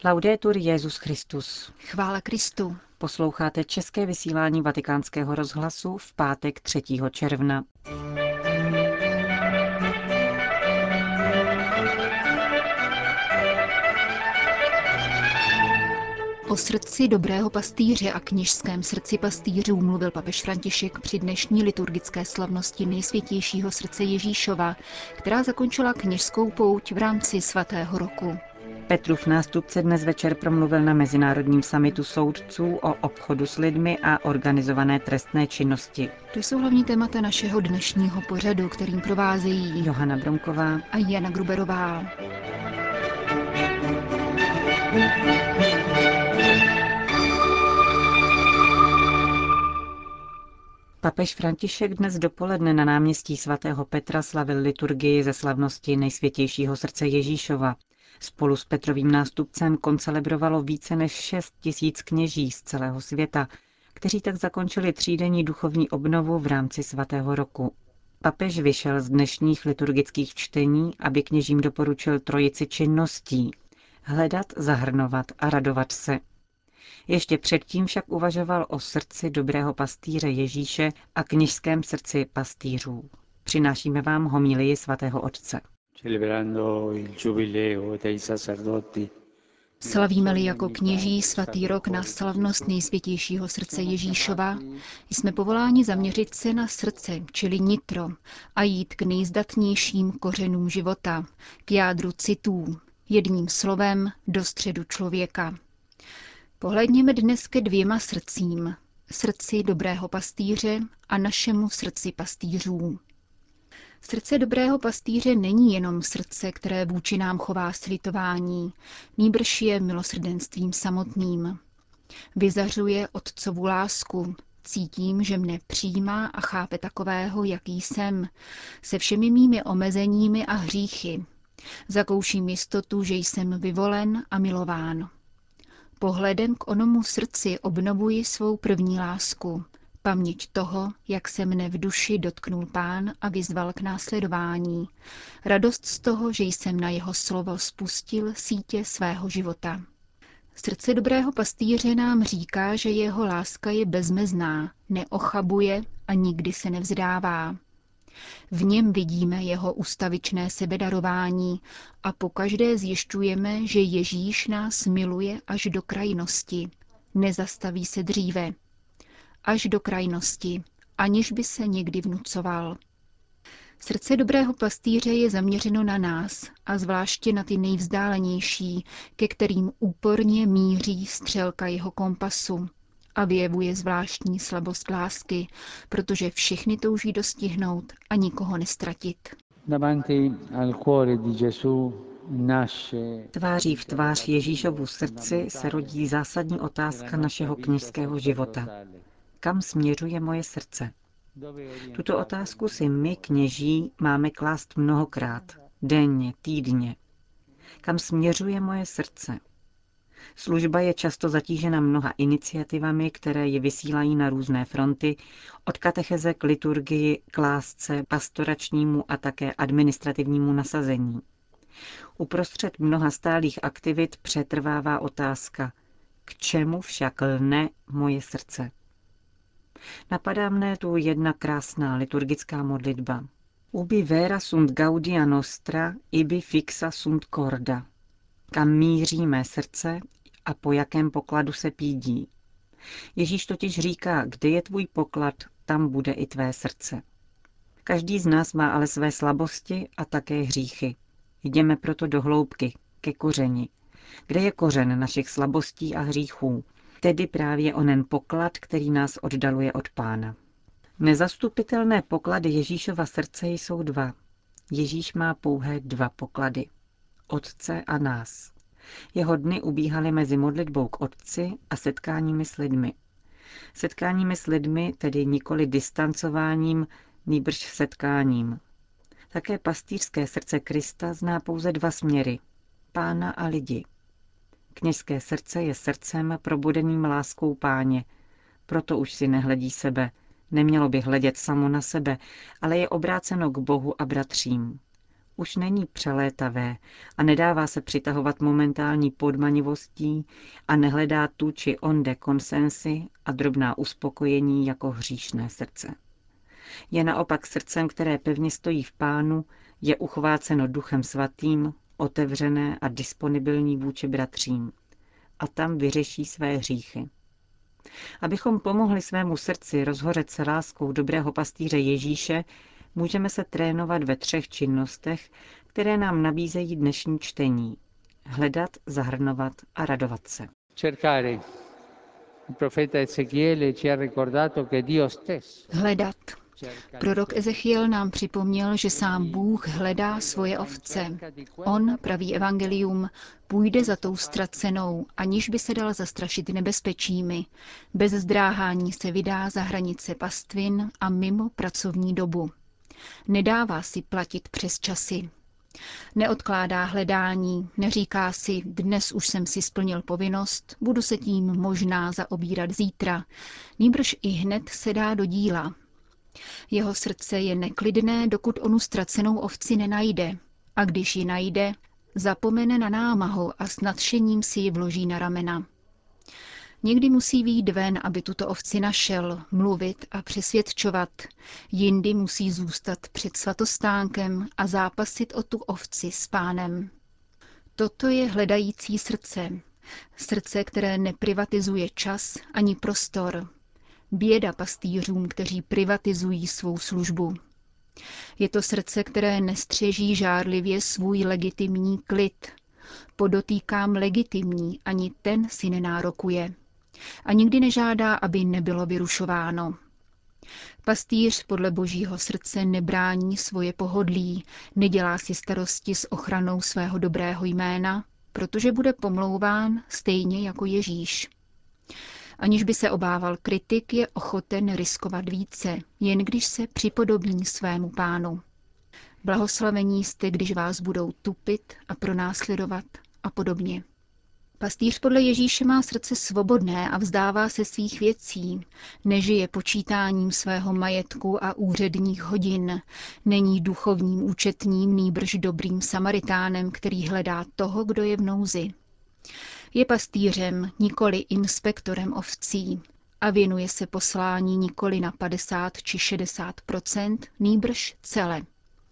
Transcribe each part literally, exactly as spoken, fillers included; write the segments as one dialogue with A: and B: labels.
A: Laudetur Jesus Christus.
B: Chvála Kristu.
A: Posloucháte české vysílání Vatikánského rozhlasu v pátek třetího června.
B: O srdci dobrého pastýře a kněžském srdci pastýřů mluvil papež František při dnešní liturgické slavnosti Nejsvětějšího srdce Ježíšova, která zakončila kněžskou pouť v rámci svatého roku.
A: Petrův nástupce dnes večer promluvil na mezinárodním summitu soudců o obchodu s lidmi a organizované trestné činnosti.
B: To jsou hlavní témata našeho dnešního pořadu, kterým provázejí
A: Johana Bronková
B: a Jana Gruberová.
A: Papež František dnes dopoledne na náměstí svatého Petra slavil liturgii ze slavnosti Nejsvětějšího srdce Ježíšova. Spolu s Petrovým nástupcem koncelebrovalo více než šest tisíc kněží z celého světa, kteří tak zakončili třídenní duchovní obnovu v rámci svatého roku. Papež vyšel z dnešních liturgických čtení, aby kněžím doporučil trojici činností – hledat, zahrnovat a radovat se. Ještě předtím však uvažoval o srdci dobrého pastýře Ježíše a kněžském srdci pastýřů. Přinášíme vám homílii svatého otce.
B: Slavíme-li jako kněží svatý rok na slavnost Nejsvětějšího srdce Ježíšova, jsme povoláni zaměřit se na srdce, čili nitro, a jít k nejzdatnějším kořenům života, k jádru citů, jedním slovem do středu člověka. Pohlédněme dnes ke dvěma srdcím, srdci dobrého pastýře a našemu srdci pastýřů. Srdce dobrého pastýře není jenom srdce, které vůči nám chová slitování, nýbrž je milosrdenstvím samotným. Vyzařuje otcovu lásku, cítím, že mne přijímá a chápe takového, jaký jsem, se všemi mými omezeními a hříchy. Zakouším jistotu, že jsem vyvolen a milován. Pohledem k onomu srdci obnovuji svou první lásku, paměť toho, jak se mne v duši dotknul Pán a vyzval k následování, radost z toho, že jsem na jeho slovo spustil sítě svého života. Srdce dobrého pastýře nám říká, že jeho láska je bezmezná, neochabuje a nikdy se nevzdává. V něm vidíme jeho ustavičné sebedarování a pokaždé zjišťujeme, že Ježíš nás miluje až do krajnosti. Nezastaví se dříve. Až do krajnosti, aniž by se někdy vnucoval. Srdce dobrého pastýře je zaměřeno na nás a zvláště na ty nejvzdálenější, ke kterým úporně míří střelka jeho kompasu a vyjevuje zvláštní slabost lásky, protože všechny touží dostihnout a nikoho nestratit.
A: Tváří v tvář Ježíšovu srdci se rodí zásadní otázka našeho kněžského života. Kam směřuje moje srdce? Tuto otázku si my, kněží, máme klást mnohokrát, denně, týdně. Kam směřuje moje srdce? Služba je často zatížena mnoha iniciativami, které ji vysílají na různé fronty, od katecheze k liturgii, k lásce, pastoračnímu a také administrativnímu nasazení. Uprostřed mnoha stálých aktivit přetrvává otázka, k čemu však lne moje srdce? Napadá mne tu jedna krásná liturgická modlitba. Ubi vera sunt gaudia nostra, ibi fixa sunt corda. Kam míří mé srdce a po jakém pokladu se pídí. Ježíš totiž říká, kde je tvůj poklad, tam bude i tvé srdce. Každý z nás má ale své slabosti a také hříchy. Jdeme proto do hloubky, ke kořeni. Kde je kořen našich slabostí a hříchů? Tedy právě onen poklad, který nás oddaluje od Pána. Nezastupitelné poklady Ježíšova srdce jsou dva. Ježíš má pouhé dva poklady. Otce a nás. Jeho dny ubíhaly mezi modlitbou k Otci a setkáními s lidmi. Setkáními s lidmi, tedy nikoli distancováním, nýbrž setkáním. Také pastýřské srdce Krista zná pouze dva směry. Pána a lidi. Kněžské srdce je srdcem probudeným láskou Páně, proto už si nehledí sebe, nemělo by hledět samo na sebe, ale je obráceno k Bohu a bratřím. Už není přelétavé a nedává se přitahovat momentální podmanivostí a nehledá tu či onde konsensy a drobná uspokojení jako hříšné srdce. Je naopak srdcem, které pevně stojí v Pánu, je uchváceno Duchem Svatým, otevřené a disponibilní vůči bratřím. A tam vyřeší své hříchy. Abychom pomohli svému srdci rozhořet se láskou dobrého pastýře Ježíše, můžeme se trénovat ve třech činnostech, které nám nabízejí dnešní čtení. Hledat, zahrnovat a radovat se.
B: Hledat. Prorok Ezechiel nám připomněl, že sám Bůh hledá svoje ovce. On, praví evangelium, půjde za tou ztracenou, aniž by se dal zastrašit nebezpečími. Bez zdráhání se vydá za hranice pastvin a mimo pracovní dobu. Nedává si platit přes časy. Neodkládá hledání, neříká si, dnes už jsem si splnil povinnost, budu se tím možná zaobírat zítra. Nýbrž i hned se dá do díla. Jeho srdce je neklidné, dokud onu ztracenou ovci nenajde. A když ji najde, zapomene na námahu a s nadšením si ji vloží na ramena. Někdy musí vyjít ven, aby tuto ovci našel, mluvit a přesvědčovat. Jindy musí zůstat před svatostánkem a zápasit o tu ovci s Pánem. Toto je hledající srdce. Srdce, které neprivatizuje čas ani prostor. Běda pastýřům, kteří privatizují svou službu. Je to srdce, které nestřeží žárlivě svůj legitimní klid. Podotýkám legitimní, ani ten si nenárokuje. A nikdy nežádá, aby nebylo vyrušováno. Pastýř podle Božího srdce nebrání svoje pohodlí, nedělá si starosti s ochranou svého dobrého jména, protože bude pomlouván stejně jako Ježíš. Aniž by se obával kritik, je ochoten riskovat více, jen když se připodobní svému Pánu. Blahoslavení jste, když vás budou tupit a pronásledovat a podobně. Pastýř podle Ježíše má srdce svobodné a vzdává se svých věcí. Nežije počítáním svého majetku a úředních hodin. Není duchovním účetním, nýbrž dobrým samaritánem, který hledá toho, kdo je v nouzi. Je pastýřem, nikoli inspektorem ovcí a věnuje se poslání nikoli na padesát či šedesát procent, nýbrž celé.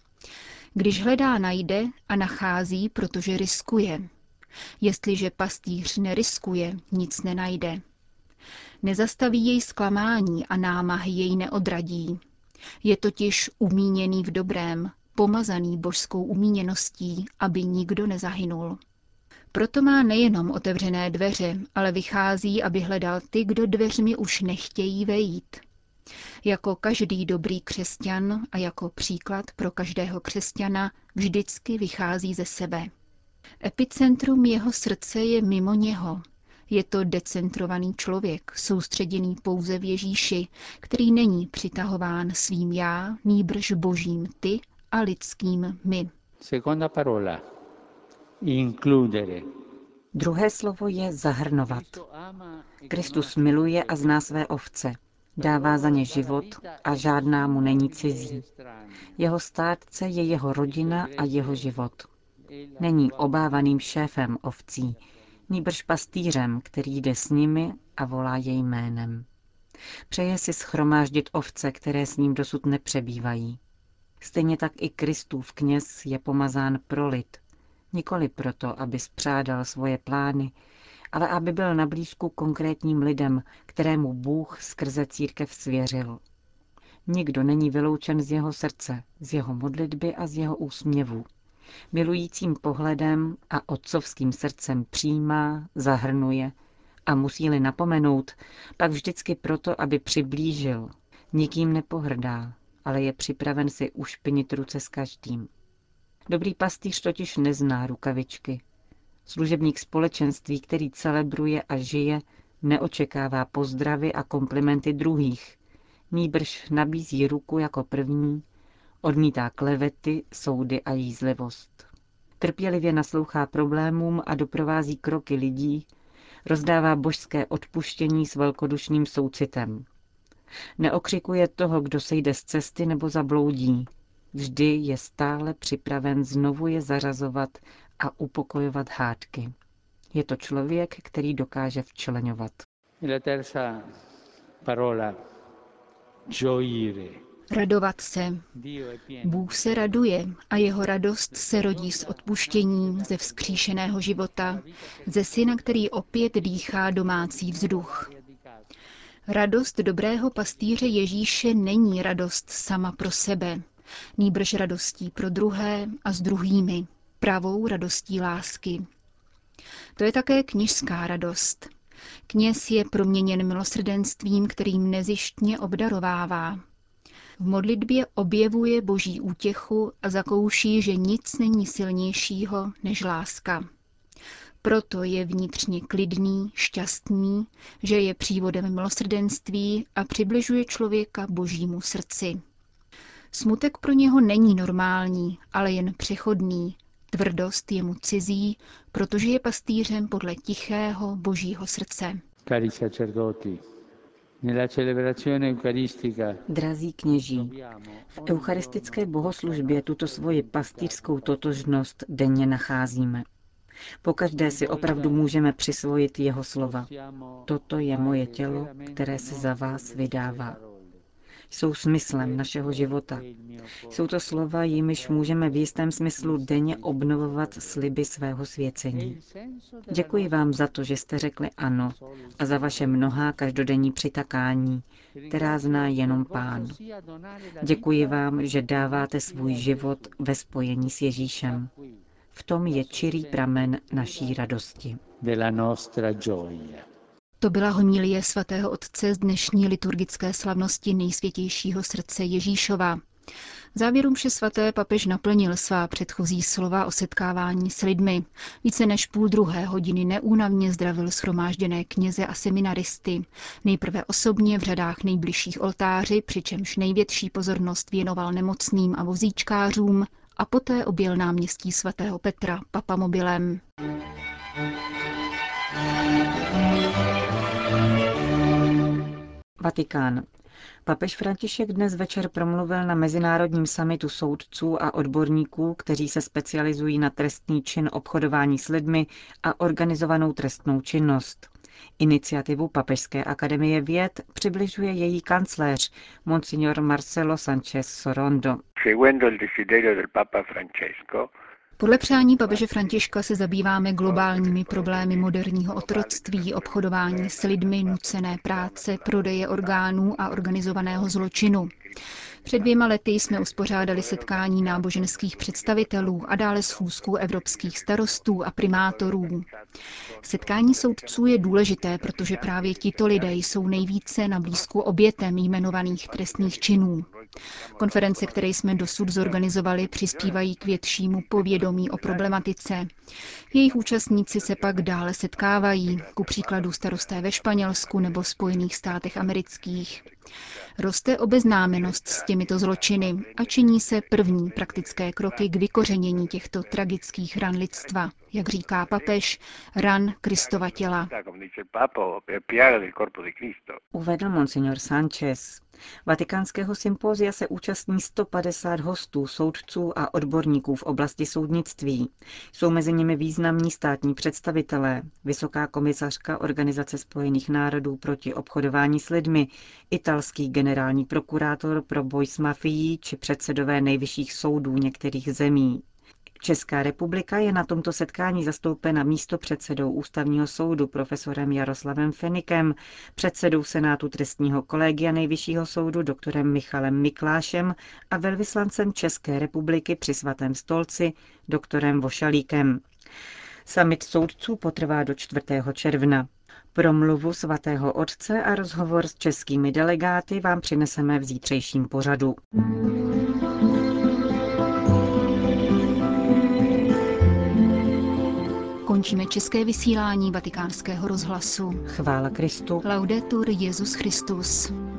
B: Když hledá, najde a nachází, protože riskuje. Jestliže pastýř neriskuje, nic nenajde. Nezastaví jej zklamání a námahy jej neodradí. Je totiž umíněný v dobrém, pomazaný božskou umíněností, aby nikdo nezahynul. Proto má nejenom otevřené dveře, ale vychází, aby hledal ty, kdo dveřmi už nechtějí vejít. Jako každý dobrý křesťan a jako příklad pro každého křesťana vždycky vychází ze sebe. Epicentrum jeho srdce je mimo něho. Je to decentrovaný člověk, soustředěný pouze v Ježíši, který není přitahován svým já, nýbrž božím ty a lidským my.
C: Seconda parola. Includere.
A: Druhé slovo je zahrnovat. Kristus miluje a zná své ovce. Dává za ně život a žádná mu není cizí. Jeho státce je jeho rodina a jeho život. Není obávaným šéfem ovcí, nýbrž pastýřem, který jde s nimi a volá je jménem. Přeje si shromáždit ovce, které s ním dosud nepřebývají. Stejně tak i Kristův kněz je pomazán pro lid, nikoli proto, aby spřádal svoje plány, ale aby byl na blízku konkrétním lidem, kterému Bůh skrze církev svěřil. Nikdo není vyloučen z jeho srdce, z jeho modlitby a z jeho úsměvu. Milujícím pohledem a otcovským srdcem přijímá, zahrnuje a musí-li napomenout, pak vždycky proto, aby přiblížil. Nikým nepohrdá, ale je připraven si ušpinit ruce s každým. Dobrý pastýř totiž nezná rukavičky. Služebník společenství, který celebruje a žije, neočekává pozdravy a komplimenty druhých, nýbrž nabízí ruku jako první, odmítá klevety, soudy a jízlivost. Trpělivě naslouchá problémům a doprovází kroky lidí, rozdává božské odpuštění s velkodušným soucitem. Neokřikuje toho, kdo sejde z cesty nebo zabloudí. Vždy je stále připraven znovu je zařazovat a upokojovat hádky. Je to člověk, který dokáže včleňovat.
C: La terza parola, gioire.
B: Radovat se. Bůh se raduje a jeho radost se rodí z odpuštění, ze vzkříšeného života, ze syna, který opět dýchá domácí vzduch. Radost dobrého pastýře Ježíše není radost sama pro sebe, nýbrž radostí pro druhé a s druhými, pravou radostí lásky. To je také kněžská radost. Kněz je proměněn milosrdenstvím, kterým nezištně obdarovává. V modlitbě objevuje boží útěchu a zakouší, že nic není silnějšího než láska. Proto je vnitřně klidný, šťastný, že je přívodem milosrdenství a přibližuje člověka božímu srdci. Smutek pro něho není normální, ale jen přechodný. Tvrdost je mu cizí, protože je pastýřem podle tichého božího srdce.
C: Cari sacerdoti, nella celebrazione eucaristica
A: Drazí kněží, v eucharistické bohoslužbě tuto svoji pastýřskou totožnost denně nacházíme. Pokaždé si opravdu můžeme přisvojit jeho slova. Toto je moje tělo, které se za vás vydává. Jsou smyslem našeho života. Jsou to slova, jimiž můžeme v jistém smyslu denně obnovovat sliby svého svěcení. Děkuji vám za to, že jste řekli ano a za vaše mnohá každodenní přitakání, která zná jenom Pán. Děkuji vám, že dáváte svůj život ve spojení s Ježíšem. V tom je čirý pramen naší radosti.
C: della nostra gioia.
B: To byla homilie svatého otce z dnešní liturgické slavnosti Nejsvětějšího srdce Ježíšova. V závěru mše svaté papež naplnil svá předchozí slova o setkávání s lidmi. Více než půl druhé hodiny neúnavně zdravil shromážděné kněze a seminaristy. Nejprve osobně v řadách nejbližších oltáři, přičemž největší pozornost věnoval nemocným a vozíčkářům, a poté objel náměstí svatého Petra papamobilem.
A: Vatikán. Papež František dnes večer promluvil na mezinárodním summitu soudců a odborníků, kteří se specializují na trestný čin obchodování s lidmi a organizovanou trestnou činnost. Iniciativu Papežské akademie věd přibližuje její kancléř, monsignor Marcelo Sánchez Sorondo.
B: Podle přání papeže Františka se zabýváme globálními problémy moderního otroctví, obchodování s lidmi, nucené práce, prodeje orgánů a organizovaného zločinu. Před dvěma lety jsme uspořádali setkání náboženských představitelů a dále schůzku evropských starostů a primátorů. Setkání soudců je důležité, protože právě tito lidé jsou nejvíce na blízku obětem jmenovaných trestných činů. Konference, které jsme dosud zorganizovali, přispívají k většímu povědomí o problematice. Jejich účastníci se pak dále setkávají, ku příkladu starosté ve Španělsku nebo Spojených státech amerických. Roste obeznámenost s těmito zločiny a činí se první praktické kroky k vykořenění těchto tragických ran lidstva, jak říká papež, ran Kristova těla.
A: Uvedl monsignor Sánchez. Vatikánského sympózia se účastní sto padesát hostů, soudců a odborníků v oblasti soudnictví. Jsou mezi nimi významní státní představitelé, vysoká komisařka Organizace spojených národů proti obchodování s lidmi, italský generální prokurátor pro boj s mafií či předsedové nejvyšších soudů některých zemí. Česká republika je na tomto setkání zastoupena místopředsedou Ústavního soudu profesorem Jaroslavem Fenikem, předsedou Senátu trestního kolegia Nejvyššího soudu doktorem Michalem Miklášem a velvyslancem České republiky při Svatém stolci doktorem Vošalíkem. Summit soudců potrvá do čtvrtého června. Promluvu svatého otce a rozhovor s českými delegáty vám přineseme v zítřejším pořadu.
B: Končíme české vysílání Vatikánského rozhlasu.
A: Chvála Kristu.
B: Laudetur Jesus Christus.